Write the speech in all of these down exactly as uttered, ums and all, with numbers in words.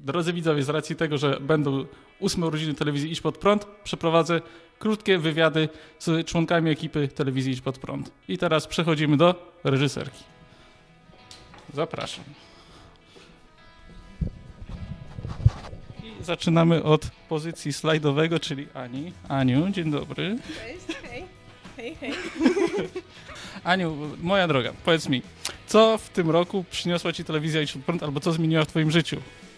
Drodzy widzowie, z racji tego, że będą ósme urodziny telewizji Idź Pod Prąd, przeprowadzę krótkie wywiady z członkami ekipy telewizji Idź Pod Prąd. I teraz przechodzimy do reżyserki. Zapraszam. I zaczynamy od pozycji slajdowego, czyli Ani. Aniu, dzień dobry. Cześć, hej, hej, hej. Aniu, moja droga, powiedz mi, co w tym roku przyniosła Ci telewizja Idź Pod Prąd, albo co zmieniła w Twoim życiu?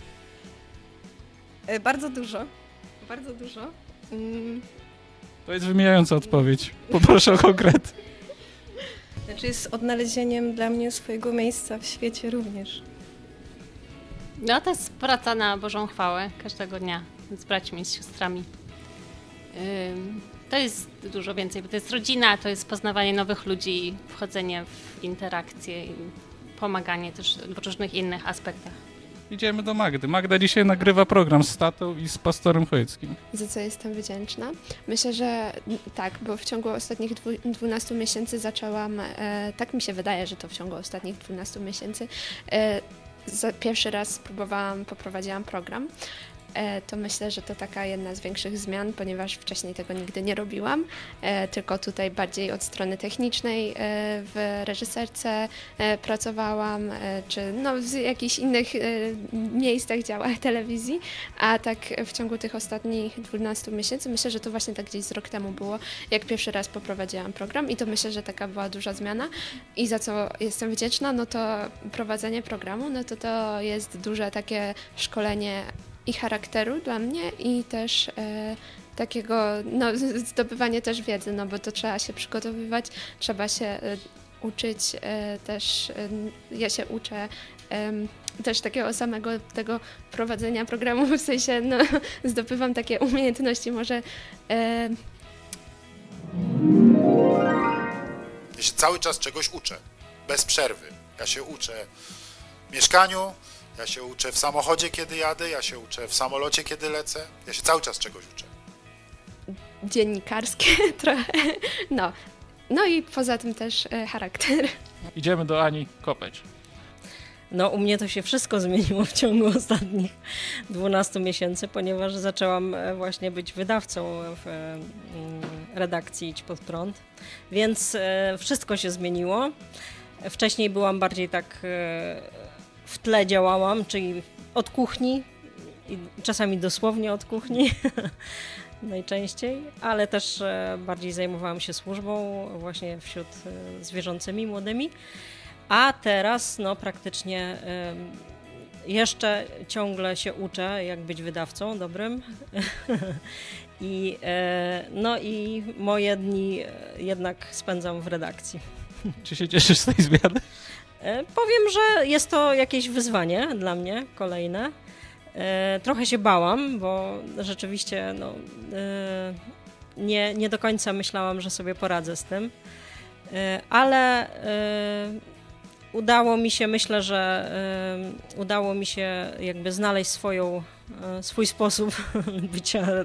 E, Bardzo dużo, bardzo dużo. Mm, To jest wymijająca odpowiedź. Poproszę o konkret. Znaczy jest odnalezieniem dla mnie swojego miejsca w świecie również. No to jest praca na Bożą chwałę każdego dnia z braćmi, z siostrami. Ym, To jest dużo więcej, bo to jest rodzina, to jest poznawanie nowych ludzi, wchodzenie w interakcje i pomaganie też w różnych innych aspektach. Idziemy do Magdy. Magda dzisiaj nagrywa program z tatą i z pastorem Chojeckim. Za co jestem wdzięczna. Myślę, że tak, bo w ciągu ostatnich dwunastu miesięcy zaczęłam, e, tak mi się wydaje, że to w ciągu ostatnich dwunastu miesięcy, e, za, pierwszy raz spróbowałam, poprowadziłam program. E, to myślę, że to taka jedna z większych zmian, ponieważ wcześniej tego nigdy nie robiłam, e, tylko tutaj bardziej od strony technicznej e, w reżyserce e, pracowałam, e, czy no, w jakichś innych e, miejscach działach telewizji, a tak w ciągu tych ostatnich dwunastu miesięcy, myślę, że to właśnie tak gdzieś z rok temu było, jak pierwszy raz poprowadziłam program i to myślę, że taka była duża zmiana i za co jestem wdzięczna, no to prowadzenie programu, no to to jest duże takie szkolenie i charakteru dla mnie i też e, takiego no, zdobywanie też wiedzy, no bo to trzeba się przygotowywać, trzeba się e, uczyć e, też, e, ja się uczę e, też takiego samego tego prowadzenia programu, w sensie no, zdobywam takie umiejętności może e... Ja się cały czas czegoś uczę, bez przerwy. Ja się uczę w mieszkaniu, ja się uczę w samochodzie, kiedy jadę, ja się uczę w samolocie, kiedy lecę. Ja się cały czas czegoś uczę. Dziennikarskie trochę, no. No i poza tym też e, charakter. Idziemy do Ani Kopeć. No u mnie to się wszystko zmieniło w ciągu ostatnich dwunastu miesięcy, ponieważ zaczęłam właśnie być wydawcą w redakcji Idź Pod Prąd, więc wszystko się zmieniło. Wcześniej byłam bardziej tak w tle działałam, czyli od kuchni, i czasami dosłownie od kuchni, najczęściej, ale też bardziej zajmowałam się służbą właśnie wśród zwierzącymi młodymi. A teraz no praktycznie y, jeszcze ciągle się uczę, jak być wydawcą dobrym. I, y, no i moje dni jednak spędzam w redakcji. Czy się cieszysz z tej zmiany? Y, powiem, że jest to jakieś wyzwanie dla mnie, kolejne. Y, trochę się bałam, bo rzeczywiście no, y, nie, nie do końca myślałam, że sobie poradzę z tym. Y, ale y, Udało mi się, myślę, że y, udało mi się jakby znaleźć swoją, y, swój sposób bycia y,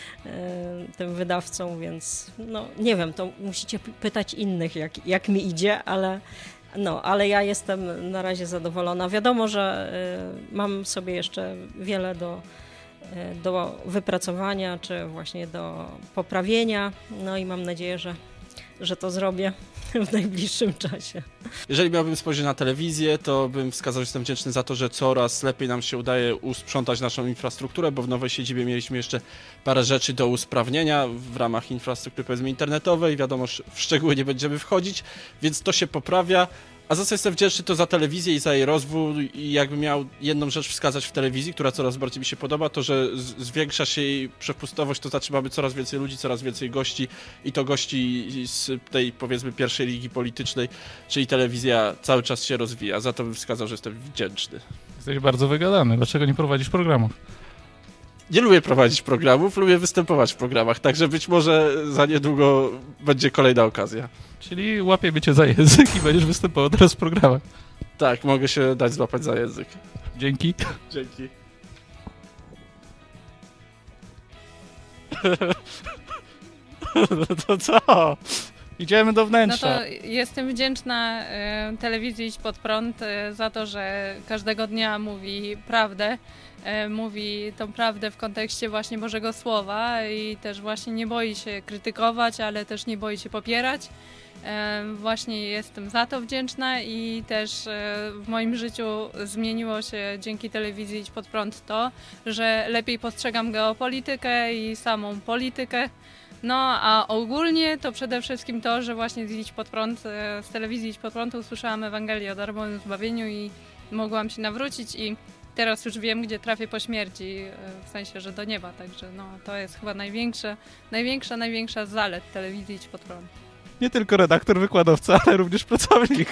tym wydawcą, więc no nie wiem, to musicie pytać innych, jak, jak mi idzie, ale, no, ale ja jestem na razie zadowolona. Wiadomo, że y, mam sobie jeszcze wiele do, y, do wypracowania, czy właśnie do poprawienia, no i mam nadzieję, że, że to zrobię w najbliższym czasie. Jeżeli miałbym spojrzeć na telewizję, to bym wskazał, że jestem wdzięczny za to, że coraz lepiej nam się udaje usprzątać naszą infrastrukturę, bo w nowej siedzibie mieliśmy jeszcze parę rzeczy do usprawnienia w ramach infrastruktury, powiedzmy, internetowej. Wiadomo, w szczegóły nie będziemy wchodzić, więc to się poprawia. A za co jestem wdzięczny, to za telewizję i za jej rozwój. I jakbym miał jedną rzecz wskazać w telewizji, która coraz bardziej mi się podoba, to że zwiększa się jej przepustowość, to znaczy mamy coraz więcej ludzi, coraz więcej gości i to gości z tej, powiedzmy, pierwszej ligi politycznej, czyli telewizja cały czas się rozwija. Za to bym wskazał, że jestem wdzięczny. Jesteś bardzo wygadany. Dlaczego nie prowadzisz programów? Nie lubię prowadzić programów, lubię występować w programach, także być może za niedługo będzie kolejna okazja. Czyli łapiemy cię za język i będziesz występował teraz w programach. Tak, mogę się dać złapać za język. Dzięki. Dzięki. No to co? Idziemy do No wnętrza. to jestem wdzięczna e, telewizji Idź Pod Prąd e, za to, że każdego dnia mówi prawdę. E, mówi tą prawdę w kontekście właśnie Bożego Słowa i też właśnie nie boi się krytykować, ale też nie boi się popierać. E, właśnie jestem za to wdzięczna i też e, w moim życiu zmieniło się dzięki telewizji Idź Pod Prąd to, że lepiej postrzegam geopolitykę i samą politykę. No a ogólnie to przede wszystkim to, że właśnie z Idź Pod Prąd, e, z telewizji Idź Pod Prąd usłyszałam Ewangelię o darmowym zbawieniu i mogłam się nawrócić i teraz już wiem, gdzie trafię po śmierci, e, w sensie, że do nieba, także no to jest chyba największa, największa, największa zalet telewizji Idź Pod Prąd. Nie tylko redaktor, wykładowca, ale również pracownik.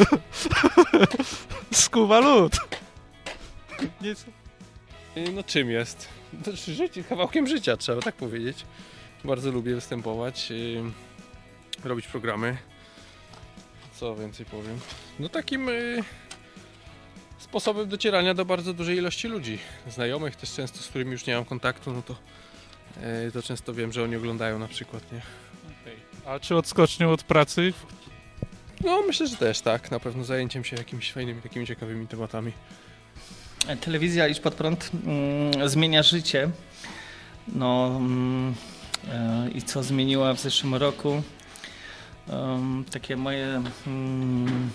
Skuwa lód. Nic. No czym jest? To życie, kawałkiem życia, trzeba tak powiedzieć. Bardzo lubię występować, yy, robić programy. Co więcej powiem? No takim yy, sposobem docierania do bardzo dużej ilości ludzi. Znajomych też często, z którymi już nie mam kontaktu, no to, yy, to często wiem, że oni oglądają na przykład, nie? A czy odskocznią od pracy? No myślę, że też tak. Na pewno zajęciem się jakimiś fajnymi, takimi ciekawymi tematami. Telewizja Idź Pod Prąd mm, zmienia życie. No mm, e, i co zmieniła w zeszłym roku? Um, takie moje mm,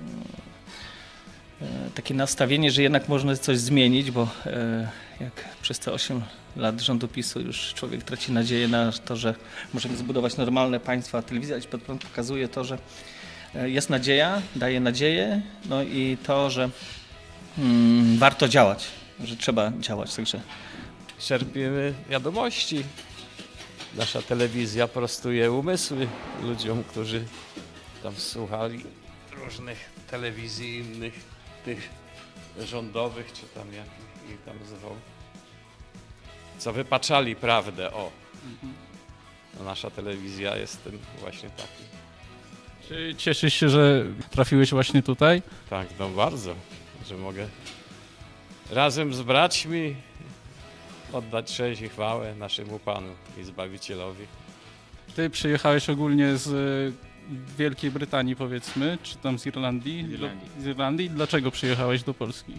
e, takie nastawienie, że jednak można coś zmienić, bo e, jak przez te osiem lat rządu PiSu już człowiek traci nadzieję na to, że możemy zbudować normalne państwo, a telewizja Idź Pod Prąd pokazuje to, że jest nadzieja, daje nadzieję, no i to, że mm, warto działać, że trzeba działać, także czerpiemy wiadomości. Nasza telewizja prostuje umysły ludziom, którzy tam słuchali różnych telewizji innych, tych rządowych, czy tam jak ich tam zwał, co wypaczali prawdę. O, no nasza telewizja jest tym właśnie taki. Czy cieszysz się, że trafiłeś właśnie tutaj? Tak, no bardzo, że mogę razem z braćmi oddać cześć i chwałę naszemu Panu i Zbawicielowi. Ty przyjechałeś ogólnie z Wielkiej Brytanii, powiedzmy, czy tam z Irlandii? Z Irlandii. Z Irlandii. Dlaczego przyjechałeś do Polski?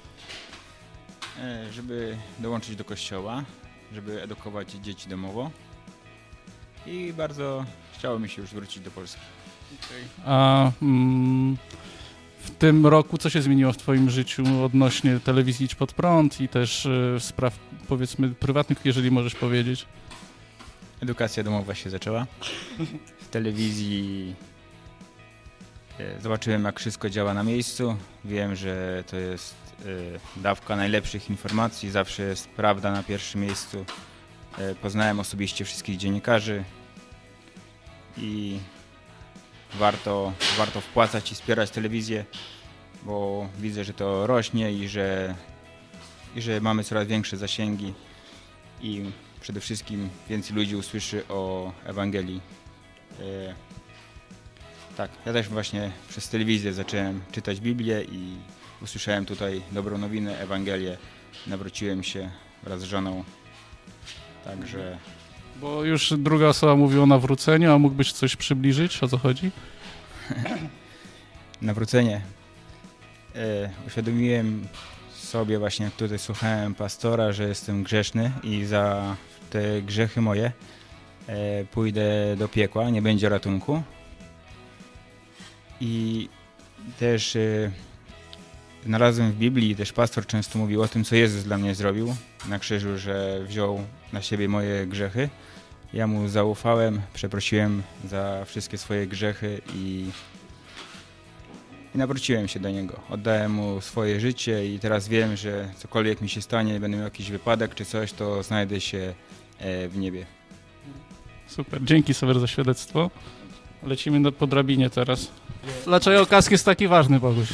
E, Żeby dołączyć do kościoła, żeby edukować dzieci domowo i bardzo chciało mi się już wrócić do Polski. A mm, w tym roku co się zmieniło w twoim życiu odnośnie telewizji Idź Pod Prąd i też y, spraw, powiedzmy, prywatnych, jeżeli możesz powiedzieć? Edukacja domowa się zaczęła. W telewizji e, zobaczyłem, jak wszystko działa na miejscu. Wiem, że to jest e, dawka najlepszych informacji. Zawsze jest prawda na pierwszym miejscu. E, poznałem osobiście wszystkich dziennikarzy i warto, warto wpłacać i wspierać telewizję, bo widzę, że to rośnie i że, i że mamy coraz większe zasięgi i przede wszystkim więcej ludzi usłyszy o Ewangelii. E, tak, ja też właśnie przez telewizję zacząłem czytać Biblię i usłyszałem tutaj dobrą nowinę, Ewangelię. Nawróciłem się wraz z żoną, także... Bo już druga osoba mówi o nawróceniu, a mógłbyś coś przybliżyć? O co chodzi? Nawrócenie. E, uświadomiłem sobie właśnie, jak tutaj słuchałem pastora, że jestem grzeszny i za te grzechy moje e, pójdę do piekła, nie będzie ratunku. I też e, znalazłem w Biblii, też pastor często mówił o tym, co Jezus dla mnie zrobił na krzyżu, że wziął na siebie moje grzechy. Ja mu zaufałem, przeprosiłem za wszystkie swoje grzechy i, i nawróciłem się do niego. Oddałem mu swoje życie i teraz wiem, że cokolwiek mi się stanie, będę miał jakiś wypadek czy coś, to znajdę się e, w niebie. Super, dzięki sobie za świadectwo. Lecimy do, po drabinie teraz. Dlaczego kask jest taki ważny, Boguś?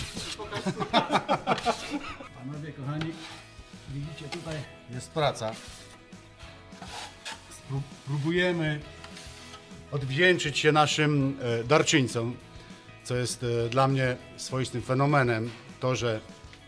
Panowie kochani, widzicie, tutaj jest praca. Próbujemy odwdzięczyć się naszym darczyńcom, co jest dla mnie swoistym fenomenem. To, że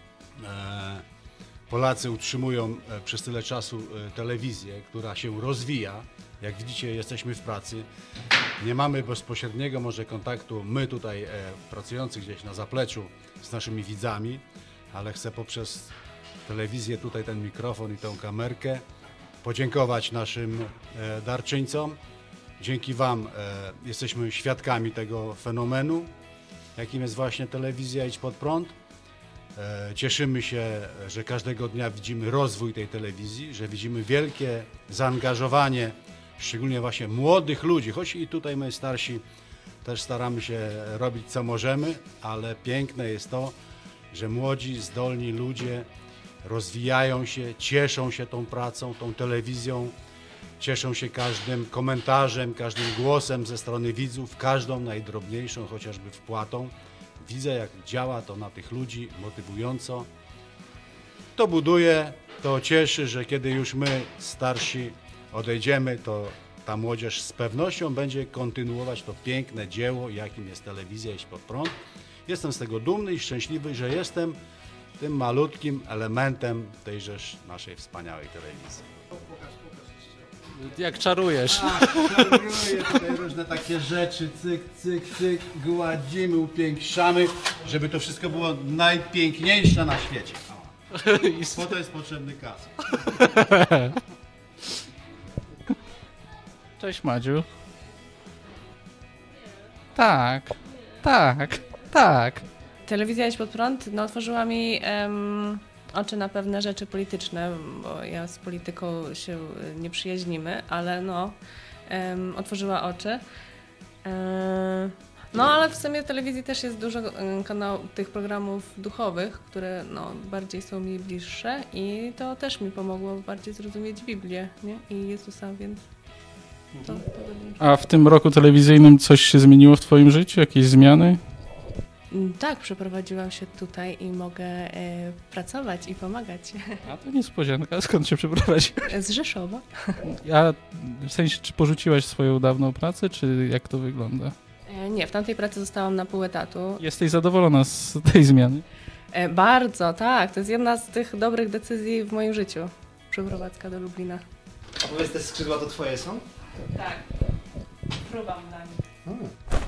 Polacy utrzymują przez tyle czasu telewizję, która się rozwija. Jak widzicie, jesteśmy w pracy. nie mamy bezpośredniego może kontaktu my tutaj e, pracujący gdzieś na zapleczu z naszymi widzami, ale chcę poprzez telewizję, tutaj ten mikrofon i tę kamerkę podziękować naszym e, darczyńcom. Dzięki Wam e, jesteśmy świadkami tego fenomenu, jakim jest właśnie telewizja Idź Pod Prąd. E, cieszymy się, że każdego dnia widzimy rozwój tej telewizji, że widzimy wielkie zaangażowanie, szczególnie właśnie młodych ludzi, choć i tutaj my starsi też staramy się robić co możemy, ale piękne jest to, że młodzi, zdolni ludzie rozwijają się, cieszą się tą pracą, tą telewizją, cieszą się każdym komentarzem, każdym głosem ze strony widzów, każdą najdrobniejszą chociażby wpłatą. Widzę, jak działa to na tych ludzi motywująco. To buduje, to cieszy, że kiedy już my starsi odejdziemy, to ta młodzież z pewnością będzie kontynuować to piękne dzieło, jakim jest telewizja Idź Pod Prąd. Jestem z tego dumny i szczęśliwy, że jestem tym malutkim elementem tejżeż naszej wspaniałej telewizji. Jak czarujesz. A, czaruję tutaj różne takie rzeczy, cyk, cyk, cyk, gładzimy, upiększamy, żeby to wszystko było najpiękniejsze na świecie. I po to jest potrzebny kas. Cześć Madziu. Tak, tak, tak. Telewizja Idź Pod Prąd no, otworzyła mi em, oczy na pewne rzeczy polityczne, bo ja z polityką się nie przyjaźnimy, ale no, em, otworzyła oczy. E, no ale w sumie w telewizji też jest dużo em, kanałów, tych programów duchowych, które no, bardziej są mi bliższe i to też mi pomogło bardziej zrozumieć Biblię, nie? I Jezusa, więc to, to A w tym roku telewizyjnym coś się zmieniło w Twoim życiu? Jakieś zmiany? Tak, przeprowadziłam się tutaj i mogę e, pracować i pomagać. A to niespodzianka, skąd się przeprowadziłeś? Z Rzeszowa. A w sensie, czy porzuciłaś swoją dawną pracę, czy jak to wygląda? E, nie, w tamtej pracy zostałam na pół etatu. Jesteś zadowolona z tej zmiany? E, bardzo, tak. To jest jedna z tych dobrych decyzji w moim życiu. Przeprowadzka do Lublina. A powiedz, te skrzydła to twoje są? Tak. Próbam na nie. Hmm.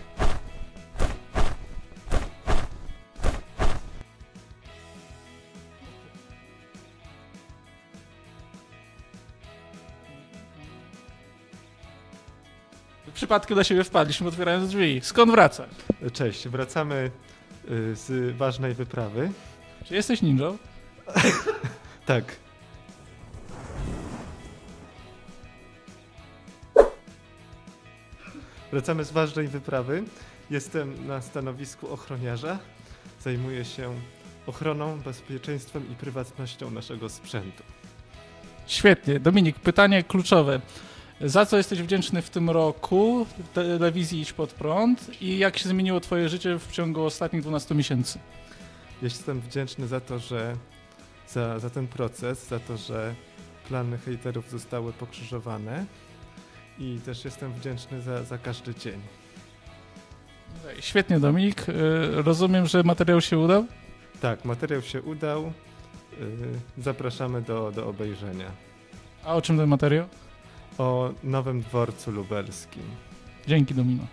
Przypadkiem do siebie wpadliśmy, otwierając drzwi. Skąd wracasz? Cześć, wracamy y, z ważnej wyprawy. Czy jesteś ninją? Tak. Wracamy z ważnej wyprawy. Jestem na stanowisku ochroniarza. Zajmuję się ochroną, bezpieczeństwem i prywatnością naszego sprzętu. Świetnie. Dominik, pytanie kluczowe. Za co jesteś wdzięczny w tym roku telewizji Idź Pod Prąd i jak się zmieniło Twoje życie w ciągu ostatnich dwunastu miesięcy? Jestem wdzięczny za to, że za, za ten proces, za to, że plany hejterów zostały pokrzyżowane i też jestem wdzięczny za, za każdy dzień. Świetnie, Dominik. Rozumiem, że materiał się udał? Tak, materiał się udał. Zapraszamy do, do obejrzenia. A o czym ten materiał? O Nowym Dworcu Lubelskim. Dzięki, Domino.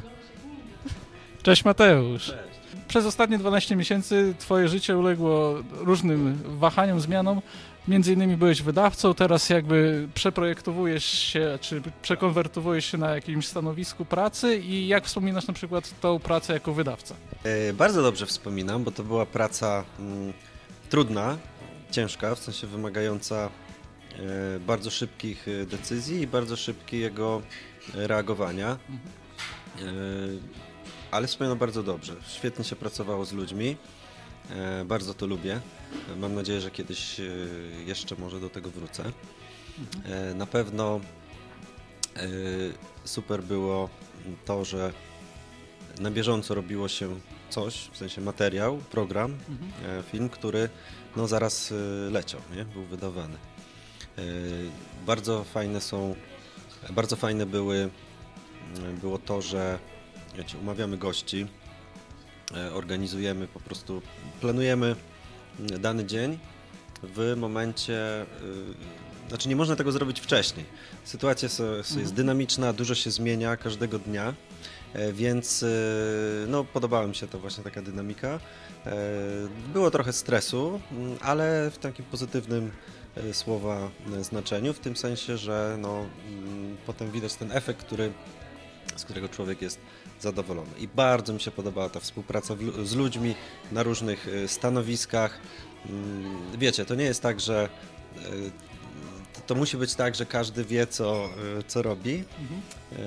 Cześć, Mateusz. Cześć. Przez ostatnie dwanaście miesięcy Twoje życie uległo różnym wahaniom, zmianom. Między innymi byłeś wydawcą, teraz jakby przeprojektowujesz się, czy przekonwertowujesz się na jakimś stanowisku pracy i jak wspominasz na przykład tą pracę jako wydawca? E, bardzo dobrze wspominam, bo to była praca mm, trudna, ciężka, w sensie wymagająca e, bardzo szybkich decyzji i bardzo szybkiego reagowania. E, ale wspominam bardzo dobrze. Świetnie się pracowało z ludźmi. E, bardzo to lubię. Mam nadzieję, że kiedyś e, jeszcze może do tego wrócę. E, na pewno e, super było to, że na bieżąco robiło się coś, w sensie materiał, program, mhm. e, film, który no, zaraz e, leciał, nie? Był wydawany. E, bardzo fajne są, bardzo fajne były, było to, że wiecie, umawiamy gości, organizujemy po prostu, planujemy dany dzień w momencie znaczy nie można tego zrobić wcześniej. Sytuacja jest dynamiczna, dużo się zmienia każdego dnia, więc no, podobała mi się to właśnie taka dynamika. Było trochę stresu, ale w takim pozytywnym słowa znaczeniu, w tym sensie, że no, potem widać ten efekt, który, z którego człowiek jest zadowolony. I bardzo mi się podobała ta współpraca z ludźmi na różnych stanowiskach. Wiecie, to nie jest tak, że to, to musi być tak, że każdy wie, co, co robi. Mhm.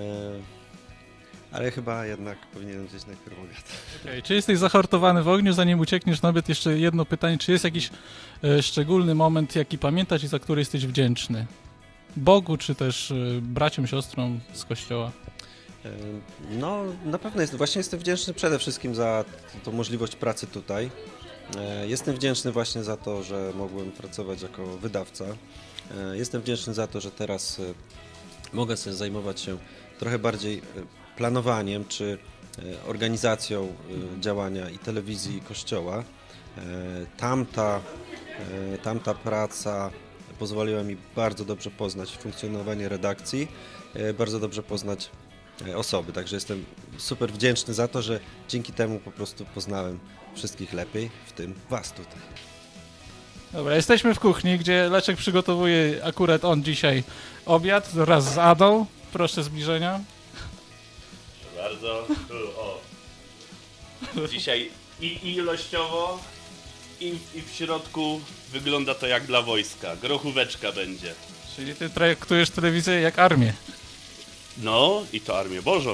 Ale chyba jednak powinienem gdzieś najpierw obiad. Okay. Czy jesteś zahartowany w ogniu, zanim uciekniesz? Nawet jeszcze jedno pytanie. Czy jest jakiś e, szczególny moment, jaki pamiętasz i za który jesteś wdzięczny? Bogu, czy też e, braciom, siostrom z kościoła? No, na pewno jest, właśnie jestem wdzięczny przede wszystkim za tą możliwość pracy tutaj. Jestem wdzięczny właśnie za to, że mogłem pracować jako wydawca. Jestem wdzięczny za to, że teraz mogę sobie zajmować się trochę bardziej planowaniem czy organizacją działania i telewizji, i kościoła. Tamta, tamta praca pozwoliła mi bardzo dobrze poznać funkcjonowanie redakcji, bardzo dobrze poznać osoby, także jestem super wdzięczny za to, że dzięki temu po prostu poznałem wszystkich lepiej, w tym was tutaj. Dobra, jesteśmy w kuchni, gdzie Leszek przygotowuje akurat on dzisiaj obiad wraz z Adą. Proszę zbliżenia. Proszę bardzo. Tu, o. Dzisiaj i ilościowo, i, i w środku wygląda to jak dla wojska. Grochóweczka będzie. Czyli ty traktujesz telewizję jak armię. No, i to Armię Bożą.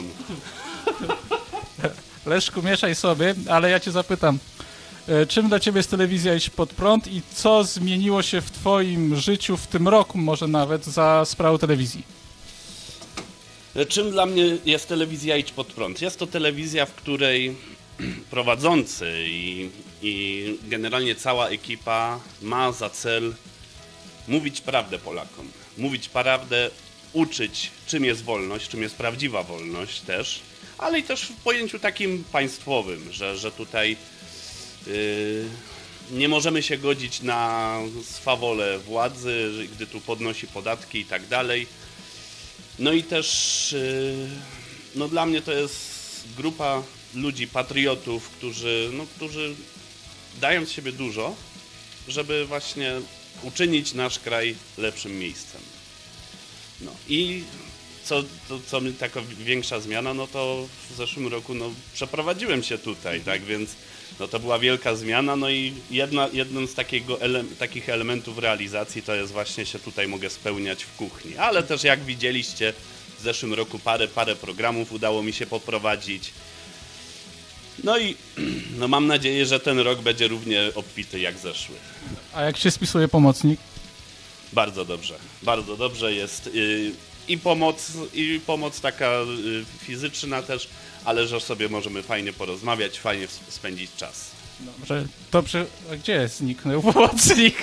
Leszku, mieszaj sobie, ale ja cię zapytam, czym dla ciebie jest telewizja Idź Pod Prąd i co zmieniło się w twoim życiu w tym roku, może nawet, za sprawą telewizji? Czym dla mnie jest telewizja Idź Pod Prąd? Jest to telewizja, w której prowadzący i, i generalnie cała ekipa ma za cel mówić prawdę Polakom. Mówić prawdę, uczyć, czym jest wolność, czym jest prawdziwa wolność też, ale i też w pojęciu takim państwowym, że, że tutaj yy, nie możemy się godzić na swawolę władzy, gdy tu podnosi podatki i tak dalej. No i też yy, no dla mnie to jest grupa ludzi, patriotów, którzy, no, którzy dają z siebie dużo, żeby właśnie uczynić nasz kraj lepszym miejscem. No i co, to, co mi taka większa zmiana, no to w zeszłym roku no, przeprowadziłem się tutaj, tak, więc no, to była wielka zmiana, no i jedna, jednym z takiego ele, takich elementów realizacji to jest właśnie się tutaj mogę spełniać w kuchni, ale też jak widzieliście w zeszłym roku parę, parę programów udało mi się poprowadzić. No i no, mam nadzieję, że ten rok będzie równie obfity jak zeszły. A jak się spisuje pomocnik? Bardzo dobrze, bardzo dobrze jest yy, i pomoc, i pomoc taka yy, fizyczna też, ale że sobie możemy fajnie porozmawiać, fajnie spędzić czas. Dobrze, to przy... A gdzie zniknął pomocnik?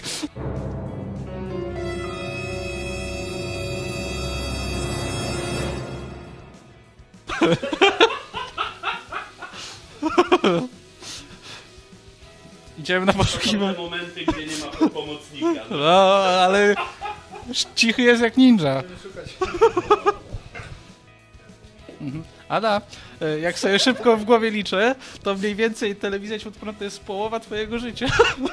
Idziemy na poszukiwanie. Są momenty, gdzie nie ma pomocnika. No, ale cichy jest jak ninja. Mhm. Ada, jak sobie szybko w głowie liczę, to mniej więcej telewizja Idź Pod Prąd to jest połowa twojego życia.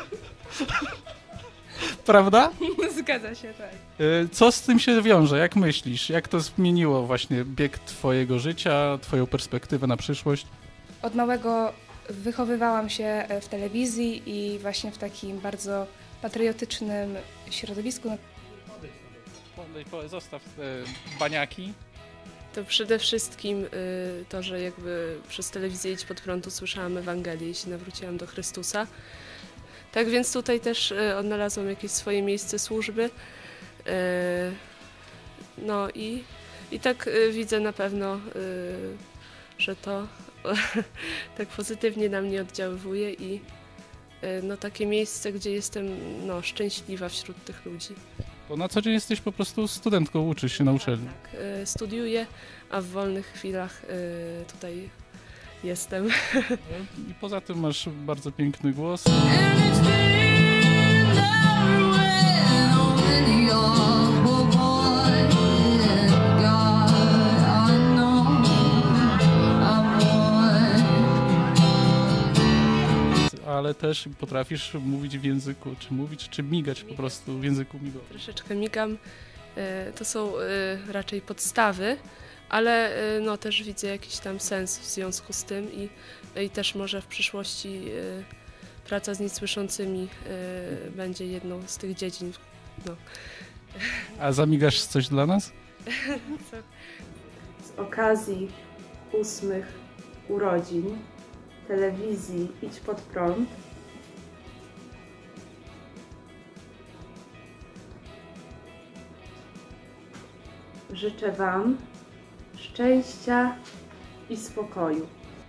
Prawda? Zgadza się, tak. Co z tym się wiąże? Jak myślisz? Jak to zmieniło właśnie bieg twojego życia, twoją perspektywę na przyszłość? Od małego wychowywałam się w telewizji i właśnie w takim bardzo patriotycznym środowisku. Zostaw te baniaki. To przede wszystkim y, to, że jakby przez telewizję Idź Pod Prąd usłyszałam Ewangelię i się nawróciłam do Chrystusa. Tak więc tutaj też y, odnalazłam jakieś swoje miejsce służby. Y, no i, i tak y, widzę na pewno, y, że to tak pozytywnie na mnie oddziaływuje i y, no, takie miejsce, gdzie jestem no, szczęśliwa wśród tych ludzi. Bo na co dzień jesteś po prostu studentką, uczysz się na uczelni. Tak, y, studiuję, a w wolnych chwilach y, tutaj jestem. I poza tym masz bardzo piękny głos. And it's been there when only you're ale też potrafisz mówić w języku, czy mówić, czy migać po prostu w języku migowym. Troszeczkę migam. E, To są e, raczej podstawy, ale e, no, też widzę jakiś tam sens w związku z tym i, i też może w przyszłości e, praca z niesłyszącymi e, będzie jedną z tych dziedzin. No. A zamigasz coś dla nas? Z okazji ósmych urodzin telewizji Idź Pod Prąd życzę Wam szczęścia i spokoju.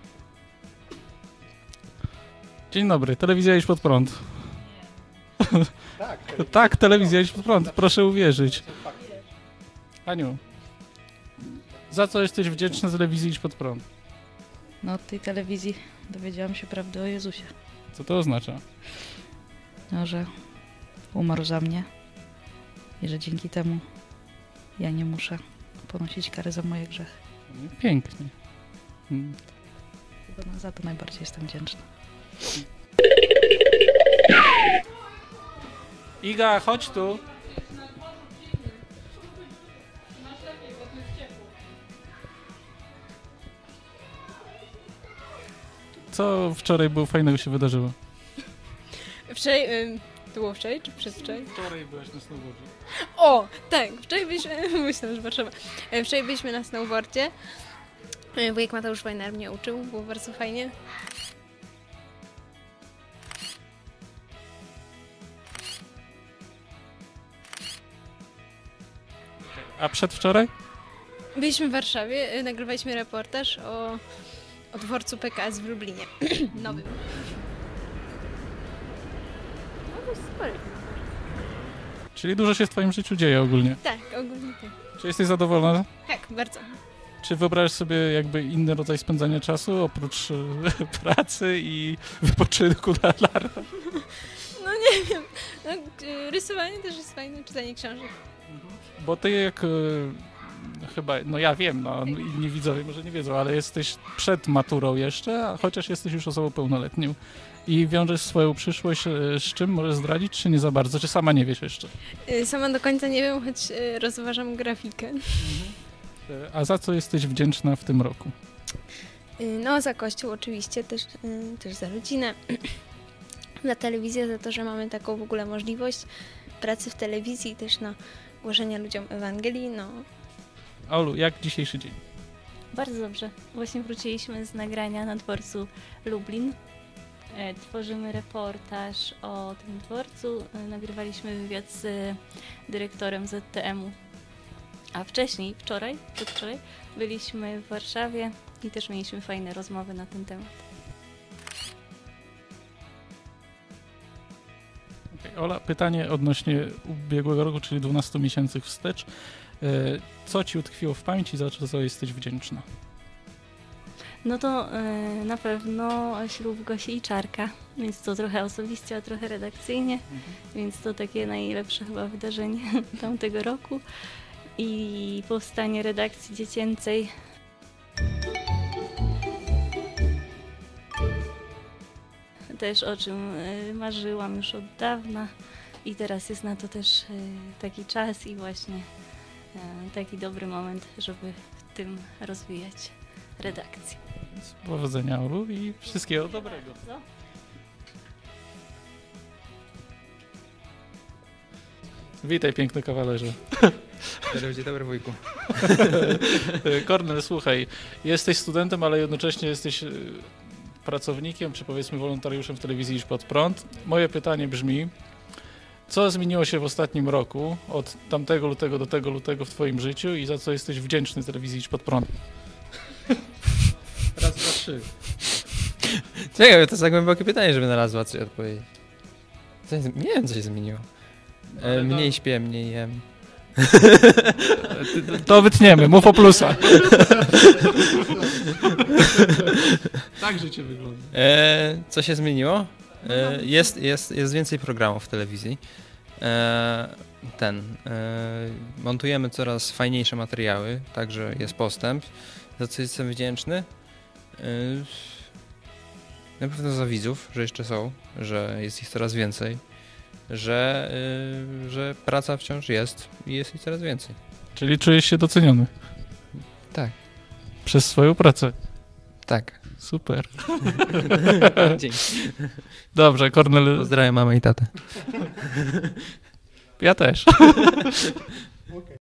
Dzień dobry, telewizja Idź Pod Prąd. Tak, tak, telewizja Idź Pod Prąd, proszę uwierzyć. Aniu, za co jesteś wdzięczna z telewizji Idź Pod Prąd? No od tej telewizji dowiedziałam się prawdy o Jezusie. Co to oznacza? No, że umarł za mnie i że dzięki temu ja nie muszę ponosić kary za moje grzechy. Pięknie. Hmm. Chyba za to najbardziej jestem wdzięczna. Iga, chodź tu. Co wczoraj było fajnego się wydarzyło? Wczoraj, ym, to było wczoraj czy przedwczoraj? Wczoraj byłaś na snowboardzie. O, tak, wczoraj byliśmy, myślę, że Warszawa. E, Wczoraj byliśmy na snowboardzie. E, Wujek Mateusz Wajnar mnie uczył, było bardzo fajnie. A przedwczoraj? Byliśmy w Warszawie, e, nagrywaliśmy reportaż o, o dworcu P K S w Lublinie, nowym. No to super. Czyli dużo się w twoim życiu dzieje ogólnie. Tak, ogólnie tak. Czy jesteś zadowolona? Tak, bardzo. Czy wyobrażasz sobie jakby inny rodzaj spędzania czasu oprócz e, pracy i wypoczynku na larach? No nie wiem, no, e, rysowanie też jest fajne, czytanie książek. Bo ty jak e, chyba, no ja wiem, no inni widzowie może nie wiedzą, ale jesteś przed maturą jeszcze, a chociaż jesteś już osobą pełnoletnią i wiążesz swoją przyszłość e, z czym? Możesz zdradzić, czy nie za bardzo? Czy sama nie wiesz jeszcze? E, Sama do końca nie wiem, choć e, rozważam grafikę. E, A za co jesteś wdzięczna w tym roku? E, No za Kościół oczywiście, też, e, też za rodzinę, za telewizję, za to, że mamy taką w ogóle możliwość pracy w telewizji, też na głoszenie ludziom Ewangelii, no. Olu, jak dzisiejszy dzień? Bardzo dobrze. Właśnie wróciliśmy z nagrania na dworcu Lublin. E, Tworzymy reportaż o tym dworcu. E, Nagrywaliśmy wywiad z e, dyrektorem Z T M-u. A wcześniej, wczoraj, przedwczoraj, byliśmy w Warszawie i też mieliśmy fajne rozmowy na ten temat. Okay. Ola, pytanie odnośnie ubiegłego roku, czyli dwunastu miesięcy wstecz. E, Co ci utkwiło w pamięci, za co jesteś wdzięczna? No to e, na pewno ślub Gosi i Czarka, więc to trochę osobiście, a trochę redakcyjnie, mhm. Więc to takie najlepsze chyba wydarzenie tamtego roku. I powstanie redakcji dziecięcej. Też o czym y, marzyłam już od dawna i teraz jest na to też y, taki czas i właśnie y, taki dobry moment, żeby w tym rozwijać redakcję. Powodzenia, Olu, i wszystkiego dobrego. Co? Witaj, piękny kawalerze. Dzień dobry, wujku. Kornel, słuchaj, jesteś studentem, ale jednocześnie jesteś pracownikiem, czy powiedzmy wolontariuszem w telewizji Idź Pod Prąd. Moje pytanie brzmi, co zmieniło się w ostatnim roku, od tamtego lutego do tego lutego w twoim życiu i za co jesteś wdzięczny telewizji Idź Pod Prąd? Raz, dwa, trzy. Czekaj, to jest za głębokie pytanie, żeby na raz, dwa, trzy odpowiedzieć. Co, nie wiem, co się zmieniło. E, mniej no. śpię, mniej jem. To wytniemy, mów o plusach. Tak życie wygląda. E, co się zmieniło? E, jest, jest, jest więcej programów w telewizji. E, ten. E, montujemy coraz fajniejsze materiały, także jest postęp. Za co jestem wdzięczny? E, Na pewno za widzów, że jeszcze są, że jest ich coraz więcej, że, yy, że praca wciąż jest i jest ich coraz więcej. Czyli czujesz się doceniony? Tak. Przez swoją pracę? Tak. Super. Dzięki. Dobrze, Kornel... Pozdrawiam mamę i tatę. Ja też.